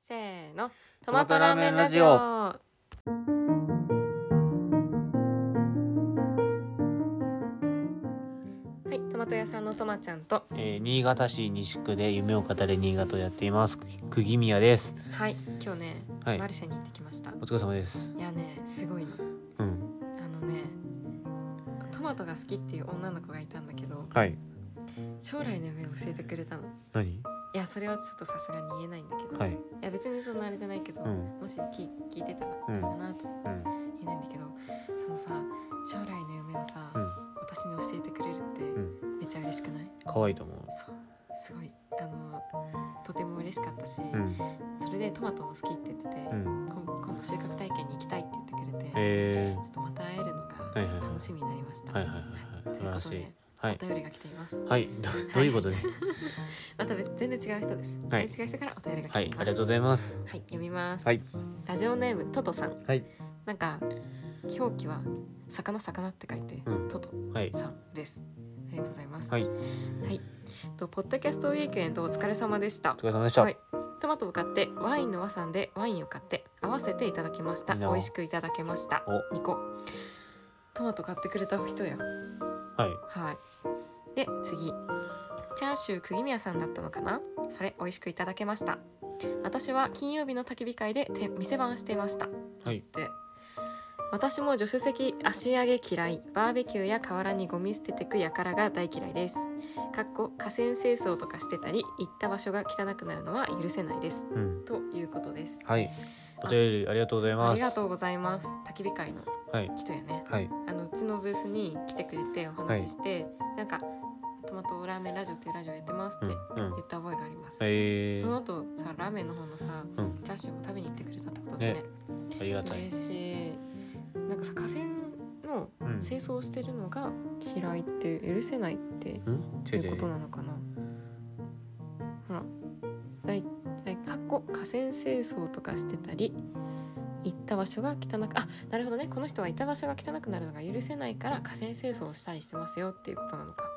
せーの、トマトラーメンラジオ。 はい、トマト屋さんのトマちゃんと、 新潟市西区で夢を語れ新潟をやっています釘宮です。 はい、今日ね、 はい、 マルシェに行ってきました。 お疲れ様です。 いやね、すごいの。トマトが好きっていう女の子がいたんだけど、 はい、 将来の夢を教えてくれたの。 何？ いや、それはちょっとさすがに言えないんだけど、 はい、 いや別にそんなあれじゃないけど、もし聞いてたらいいかなと思って言えないんだけど、そのさ、将来の夢をさ、私に教えてくれるってめっちゃ嬉しくない？ 可愛いと思う。 そう、すごいとても嬉しかったし、それでトマトも好きって言ってて、今度収穫体験に行きたいって言ってくれて、ちょっとまた会えるのが楽しみになりました。ということで、お便りが来ています。 はい、どういうことでまた全然違う人です。 はい、 違う人からお便りが来ています。 はい、ありがとうございます。 はい、読みます。 はい、 ラジオネームトトさん。 はい、 なんか表記は魚って書いて、トトさんです。ありがとうございます。はい。ポッドキャストウィークエンドお疲れ様でした。 お疲れ様でした。 はい。トマトを買ってワインの和さんでワインを買って合わせていただきました。美味しくいただけました。2個。トマト買ってくれた人や。 はい。 で次、チャーシュー釘宮さんだったのかな。それ美味しくいただけました。私は金曜日の焚き火会で店番していました。で私も助手席足上げ嫌い、バーベキューや河原にゴミ捨ててくやからが大嫌いです。河川清掃とかしてたり行った場所が汚くなるのは許せないです、ということです。はい、 お便りありがとうございます。 ありがとうございます。焚き火会の人やね、うちのブースに来てくれてお話しして、なんかトマトラーメンラジオっていうラジオやってますって言った覚えがあります。その後さ、ラーメンの方のさ、チャーシューも食べに行ってくれたってことでね、 ありがたい。 嬉しい。なんかさ、河川の清掃してるのが嫌いって許せないっていうことなのかな。ほら、河川清掃とかしてたり行った場所が汚く、なるほどね、この人は行った場所が汚くなるのが許せないから河川清掃をしたりしてますよっていうことなのか。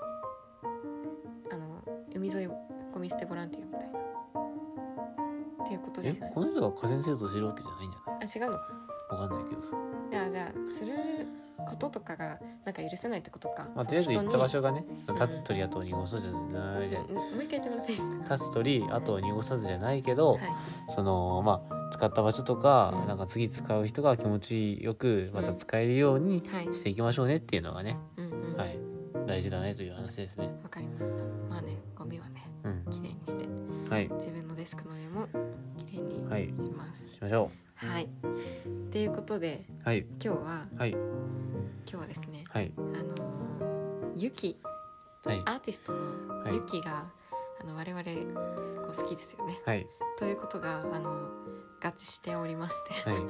海沿いゴミ捨てボランティアみたいなっていうことじゃない？ この人が河川清掃してるわけじゃないんじゃない？ 違うの？ わかんないけど。 じゃあすることとかがなんか許せないってことか。 とりあえず行った場所がね、立つ鳥跡を濁さずじゃないじゃん。 もう一回言ってもらっていいですか？ 立つ鳥跡を濁さずじゃないけど、その使った場所とか、なんか次使う人が気持ちよくまた使えるようにしていきましょうねっていうのがね、大事だねという話ですね。 わかりました。ゴミはね、きれいにして、自分のデスクの上もきれいにします。 しましょう。 っていうことで、今日はですね、ユキ、アーティストのユキが我々好きですよね。ということが合致しておりまして、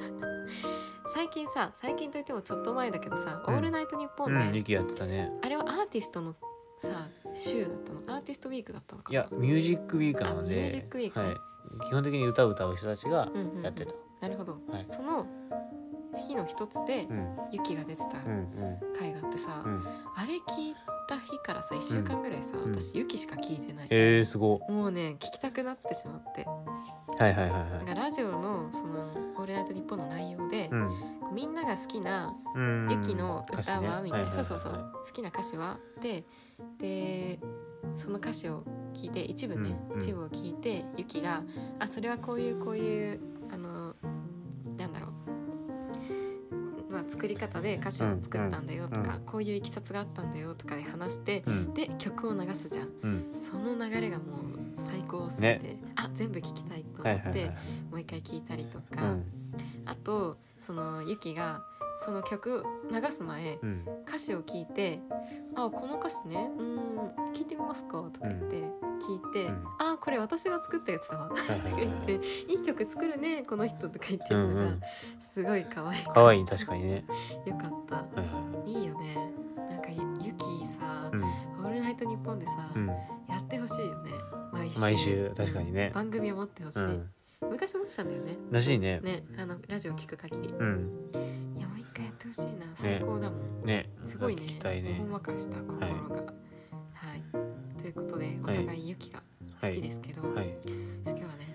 最近といってもちょっと前だけどさ、オールナイトニッポンでユキやってたね。 あれはアーティストのさ週だったの？アーティストウィークだったのかな？ いや、ミュージックウィークなので、 ミュージックウィークね、 基本的に歌を歌う人たちがやってた。 なるほど。その日の一つでユキが出てた回があってさ、あれ聞いた日からさ1週間ぐらいさ、私ユキしか聞いてない。 すごい。 もうね、聞きたくなってしまって、なんかラジオのそのオールナイトニッポンの内容で、みんなが好きなユキの歌はみたいな、好きな歌詞はでその歌詞を聞いて一部を聞いて、ユキがそれはこういうなんだろう、作り方で歌詞を作ったんだよとか、こういういきさつがあったんだよとかで話して、で曲を流すじゃん、その流れがもう最高すぎて、全部聞きたいと思って、もう一回聞いたりとか、あとそのユキがその曲流す前、歌詞を聞いて、この歌詞ね、聞いてみますかとか言って聞いて、これ私が作ったやつだわとか言って、いい曲作るねこの人とか言ってるのがすごい可愛い。 可愛い、確かにね。 よかった。いいよね。なんかユキさ、オールナイトニッポンでさ、やってほしいよね。毎週確かにね。番組を持ってほしい。昔持ってたんだよね。 らしいね。 ラジオ聞く限り。いや、もう一回やってほしいな。最高だもん。ね。すごいね。ほんわかした心が。ということで、お互いユキが好きですけど、今日はね、ユキ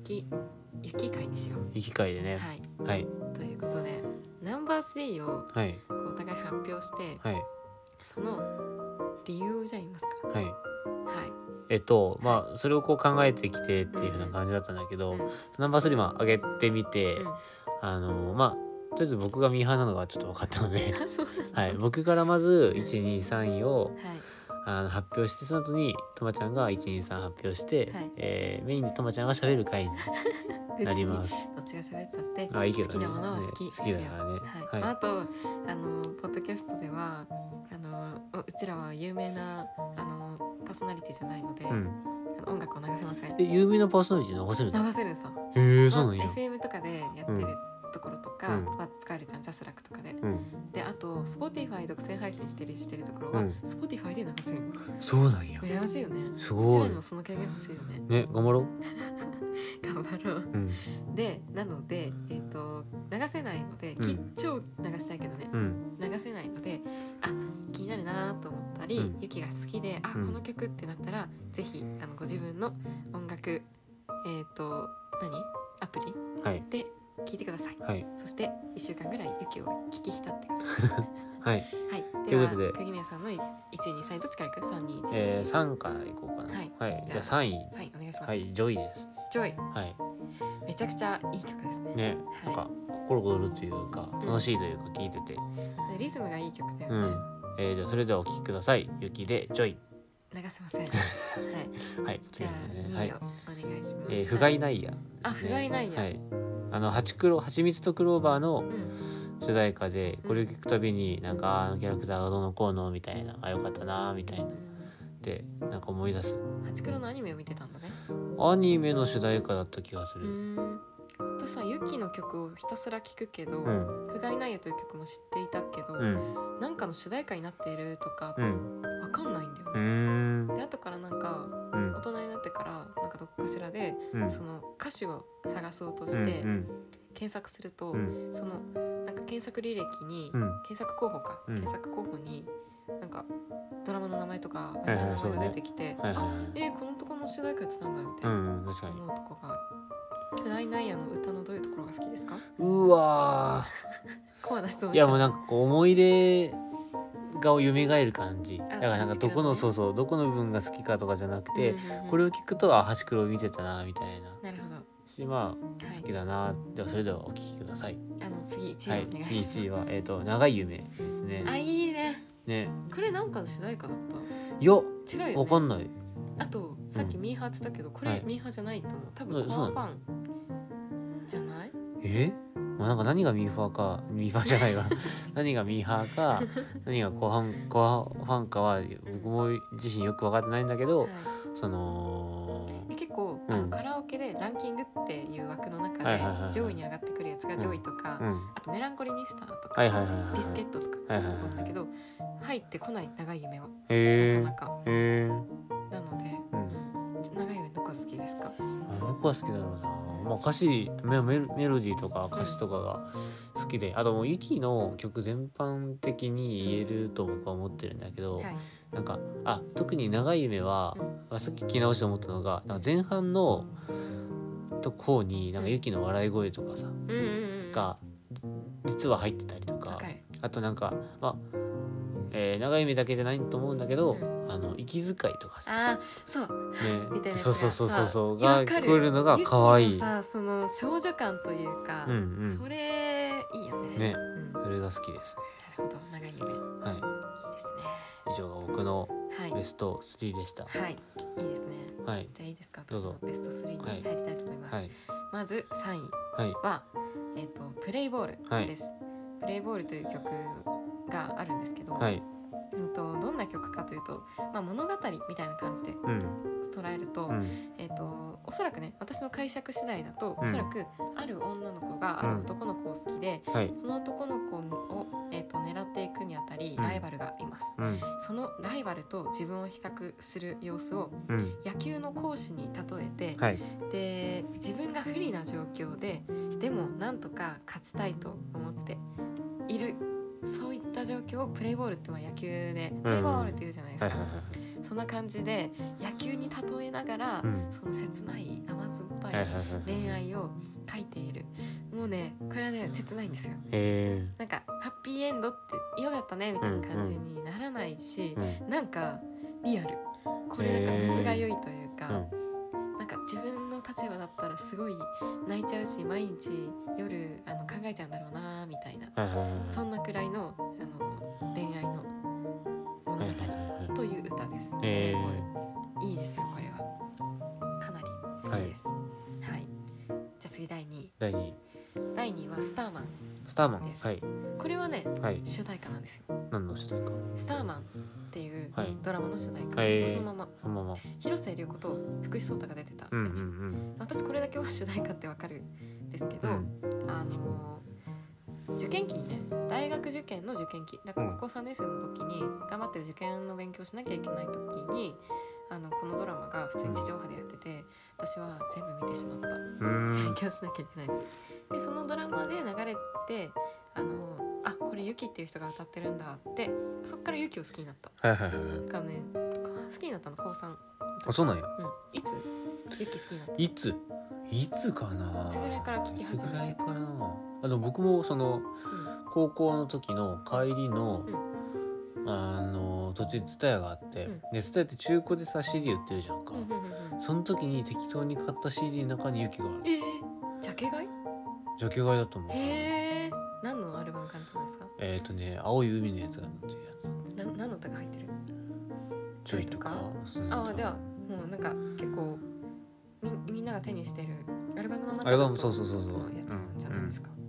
雪会にしよう。 雪会でね。 はい。ということでナンバー3をこうお互い発表して、その理由をじゃあ言いますか。はい。 まあそれをこう考えてきてっていう風な感じだったんだけど、ナンバー3も上げてみて、まあとりあえず僕がミーハーなのがちょっと分かったのではい、僕からまず1、2、3位を、発表して、その後にとまちゃんが1、2、3発表して、メインにとまちゃんが喋る回になります。 どっちが喋ったっていいけど、ね、好きなものは好きですよ。好きだからね。はい。あとポッドキャストではうちらは有名なパーソナリティじゃないので、音楽を流せません。 有名なパーソナリティ流せるの？ 流せるさ。 へえ、そうなんや。 FM とかでやってるところとか、使えるじゃん、ジャスラックとかで。で、あと Spotify 独占配信してるところは Spotify で流せる。 そうなんや。 羨ましいよね。 すごい。 うちらにもその経験欲しいよね。 ね、頑張ろう。 頑張ろう。で、なので流せないので、超流したいけどね、流せないので、気になるなと思ったり、ゆきが好きで、この曲ってなったらぜひご自分の音楽アプリで聴いてください。そして1週間ぐらいゆきを聴き浸ってください。はい。では釘宮さんの1位2、3位どっちからいく？3、2、1、 3からいこうかな。はい。じゃあ3位お願いします。 はい、ジョイです。 ジョイ。はい。めちゃくちゃいい曲ですね。 ね、なんか心躍るというか楽しいというか聴いてて、 リズムがいい曲だよね。じゃあそれではお聴きください。ゆきでジョイ。 流せません。はい。 はい。 じゃあ2位をお願いします。 不甲斐ないや。 不甲斐ないや。はい。 はちみつとクローバーの主題歌で、これを聞くたびになんかキャラクターがどうのこうのみたいな、よかったなみたいなでなんか思い出す。 ハチクロのアニメを見てたんだね。 アニメの主題歌だった気がする。 私さ、ユキの曲をひたすら聴くけど、不甲斐ないやという曲も知っていたけど、なんかの主題歌になっているとかわかんないんだよね。で後からなんか、大人になってからなんかどっかしらで、その歌詞を探そうとして、検索すると、そのなんか検索履歴に、検索候補になんかドラマの名前とかアニメの名前が出てきて、このところの主題歌やってたんだみたいな思うとこがある。不甲斐ないやの歌のどういうところが好きですか？ うわコアな質問。 いやもうなんかこう思い出が蘇る感じ。だからなんかどこのどこの部分が好きかとかじゃなくて、これを聞くとハチクロを見てたなみたいな。 なるほど。 まあ好きだな。ではそれではお聞きください。 次1位お願いします。 次1位は長い夢ですね。 いいね。 ね。 これなんかの主題歌だった？ いや違うよね。わかんない。 あとさっきミーハーって言ったけど、これミーハーじゃないと思う。多分コアファンじゃない？ まあ、なんか何がミーハーじゃないわ何がミーハーか何がコアファンかは僕も自身よく分かってないんだけど、 結構カラオケでランキングっていう枠の中で上位に上がってくるやつがジョイとか、あとメランコリニスターとか、ビスケットとかだと思うんだけど、入ってこない長い夢はなかなかなので、長い夢どこ好きですか？ どこが好きだろうな。まあ、歌詞メロディーとか歌詞とかが好きで、あともうユキの曲全般的に言えると僕は思ってるんだけど、なんか特に長い夢は、さっき聞き直して思ったのが、なんか前半の方になんかユキの笑い声とかさ、が実は入ってたりとか、あとなんか長い夢だけじゃないと思うんだけど、息遣いとかさ、 そうみたいな、そうが聞こえるのが可愛い。 その少女感というか、それいいよね。 それが好きですね。 なるほど、長い夢。いいですね。 以上が僕のベスト3でした。 いいですね。じゃあいいですか。私のベスト3に入りたいと思います。まず3位はプレイボールです。プレイボールという曲があるんですけど、どんな曲かというと、物語みたいな感じで捉えると、おそらくね、私の解釈次第だと、おそらくある女の子がある男の子を好きで、その男の子を、狙っていくにあたりライバルがいます。そのライバルと自分を比較する様子を野球の攻守に例えて、で自分が不利な状況ででもなんとか勝ちたいと思っている、そういった状況をプレイボールって野球でプレイボールって言うじゃないですか。 そんな感じで野球に例えながら、その切ない甘酸っぱい恋愛を書いている。もうねこれはね切ないんですよ。なんかハッピーエンドってよかったねみたいな感じにならないし、なんかリアル、これなんかむずがゆいというか、なんか自分の立場だったらすごい泣いちゃうし、毎日夜考えちゃうんだろうなみたいな、そんなくらいの恋愛の物語という歌です。バレーボールいいですよ、これはかなり好きです。はい、じゃあ次第2位。第2位はスターマンです。これはね、主題歌なんですよ。 何の主題歌？ スターマンっていうドラマの主題歌、そのまま広末涼子と福士蒼汰が出てたやつ、私これだけは主題歌ってわかるんですけど、受験期にね、大学受験の受験期だから高校3年生の時に頑張ってる受験の勉強しなきゃいけない時にこのドラマが普通に地上波でやってて、私は全部見てしまった。勉強しなきゃいけないで、そのドラマで流れてこれユキっていう人が歌ってるんだって、そっからユキを好きになった。だからね、好きになったの高3。 あ、そうなんや。 いつユキ好きになった？ いつかな。 いつぐらいから聞き始めて？ 僕もその、高校の時の帰りの、途中にツタヤがあって、でツタヤって中古でさ CD 売ってるじゃんか、その時に適当に買った CD の中にユキがある。 ジャケ買い？ ジャケ買いだと思う。 何のアルバム買ったんですか？ 青い海のやつが載ってるやつ。 何の歌が入ってる？ ジョイとか。 じゃあもうなんか結構みんなが手にしてるアルバムの中のアルバム、そうやつじゃないですか。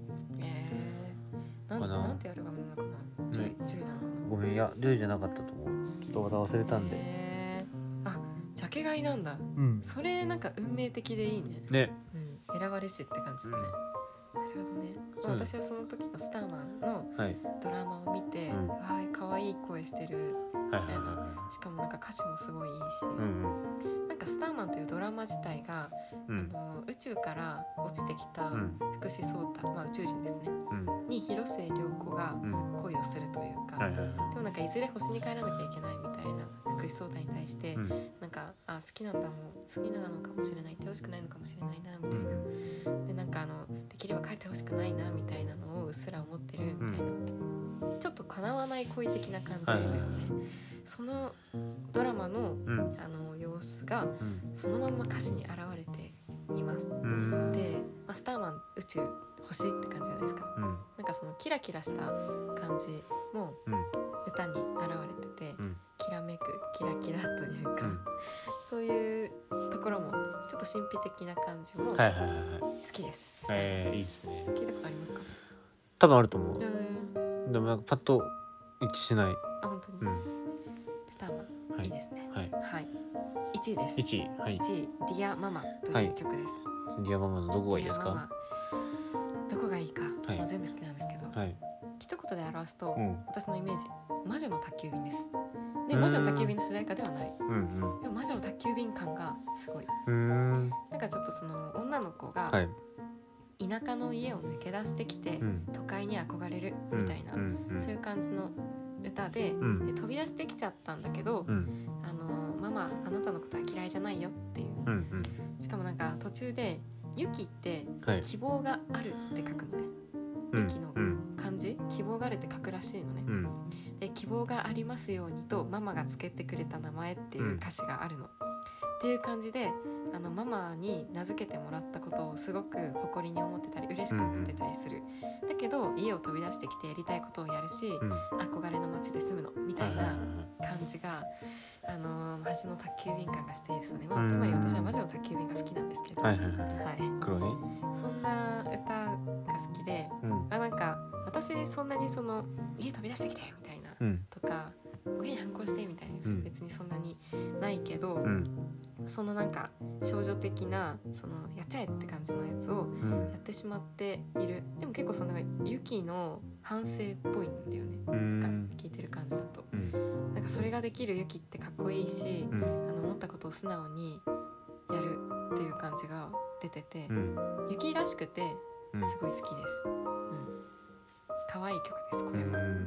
なんてアルバムなのかな？ジョイなのかな？ ごめん、いやジョイじゃなかったと思う。ちょっとまた忘れたんで。 ジャケ買いなんだ。それなんか運命的でいいね。選ばれしって感じだね。なるほどね。私はその時のスターマンのドラマを見て、可愛い声してるみたいな。しかもなんか歌詞もすごいいいし、なんかスターマンというドラマ自体が、宇宙から落ちてきた福士蒼汰、宇宙人ですね、に広末涼子が恋をするというか、でもなんかいずれ星に帰らなきゃいけないみたいな福士蒼汰に対して、なんか好きなんだ、もう好きなのかもしれない、言ってほしくないのかもしれないなみたいな、でなんかできれば帰ってほしくないなみたいなのをうっすら思ってるみたいな、ちょっと叶わない恋的な感じですね。そのドラマの、様子がそのまま歌詞に現れています。で、スターマン、宇宙、星って感じじゃないですか。なんかそのキラキラした感じも歌に現れてて、きらめくキラキラというか、そういうところもちょっと神秘的な感じも好きです。 いいですね。 聞いたことありますか？ 多分あると思う。でもなんかパッと一致しない。 本当に。スターマン、いいですね。1位です。1位、ディアママという曲です。 ディアママのどこがいいですか？ どこがいいか、全部好きなんですけど、一言で表すと、私のイメージ、魔女の宅急便です。で、魔女の宅急便の主題歌ではない。でも魔女の宅急便感がすごい。なんかちょっとその女の子が田舎の家を抜け出してきて、都会に憧れるみたいな、そういう感じの歌で、飛び出してきちゃったんだけど、ママあなたのことは嫌いじゃないよっていう、しかもなんか途中でユキって希望があるって書くのね、ユキの漢字、希望があるって書くらしいのね、で希望がありますようにとママがつけてくれた名前っていう歌詞があるの、っていう感じでママに名付けてもらったことをすごく誇りに思ってたり嬉しく思ってたりする、だけど家を飛び出してきてやりたいことをやるし、憧れの街で住むのみたいな感じが魔女の宅急便感がしてですね、つまり私は魔女の宅急便が好きなんですけど、 黒ね、 そんな歌が好きで、なんか私そんなにその家飛び出してきてみたいな、とか親に反抗してみたいな、別にそんなにないけど、そのなんか少女的なそのやっちゃえって感じのやつをやってしまっている。でも結構そのユキの反省っぽいんだよね、聞いてる感じだと、なんかそれができるユキってかっこいいし、思ったことを素直にやるっていう感じが出てて、ユキらしくてすごい好きです。可愛い曲です。これもと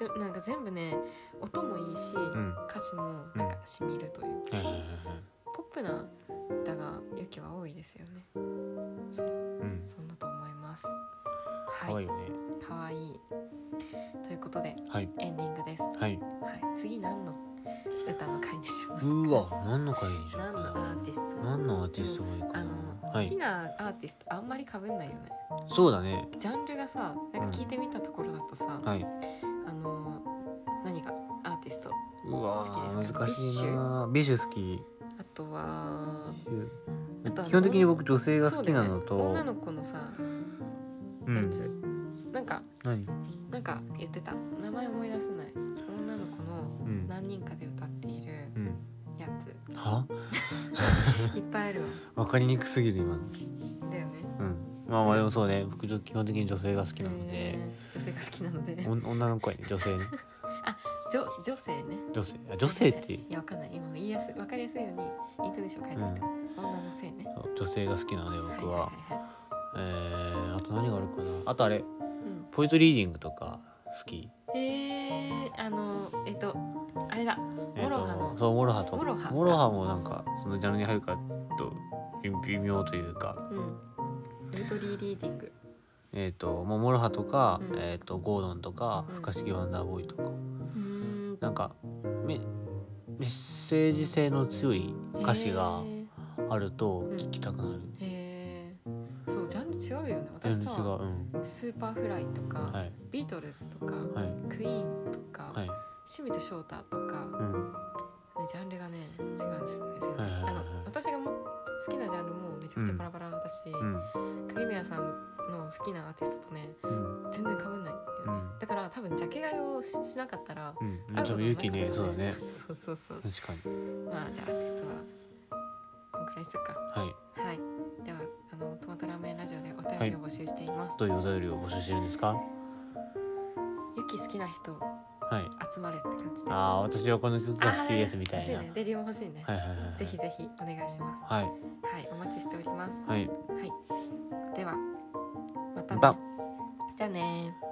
でなんか全部ね音もいいし、歌詞もなんかしみるという、ポップな歌がユキは多いですよね。そう、そんなと思います。 可愛いよね。 可愛い。ということで、エンディングです。次何の歌の回にしますか？ うわ、何の回にしようかな。 何のアーティスト？ 何のアーティストがいいかな。 好きなアーティストあんまり被んないよね。 そうだね。 ジャンルがさ、なんか聞いてみたところだとさ、何がアーティスト好きですか？ 難しいな。ビッシュ好き。 あとは基本的に僕女性が好きなのと、 女の子のさ、やつなんか言ってた。名前思い出せない。女の子の何人かで歌っているやつ。いっぱいあるわ。わかりにくすぎる今の。 だよね。 まあでもそうね。僕基本的に女性が好きなので。 女性が好きなので。 女の子やね、女性ね。 女性ね。 女性って。 いやわかんない。今言いやすい、わかりやすいようにイントネーション変えてみた。女の性ね。 そう、女性が好きなので僕は。あと何があるかな。あとあれ、ポエトリーディングとか好き。 あれだ。モロハの。 そう、モロハと。モロハもなんかそのジャンルに入るかと微妙というか。 ポエトリーリーディング。 もうモロハとか、ゴードンとか、不可思議ワンダーボーイとか。なんかメッセージ性の強い歌詞があると聴きたくなる。 そう、ジャンル違うよね。私さ、スーパーフライとか、ビートルズとか、クイーンとか、清水翔太とか、ジャンルがね違うんですよね、全然。私が好きなジャンルもめちゃくちゃバラバラだし、影宮さんの好きなアーティストとね、全然被んないんだよね。だから多分ジャケ買いを しなかったら、 勇気ね、そうだね。 そう確かに。 まあじゃあアーティストはこんくらいするか。ではトマトラーメンラジオでお便りを募集しています。 どういうお便りを募集してるんですか？ ユキ好きな人集まれって感じで。 私はこの曲が好きですみたいな。 デリオン欲しいね。ぜひぜひお願いします。お待ちしております。ではまたね。じゃあね。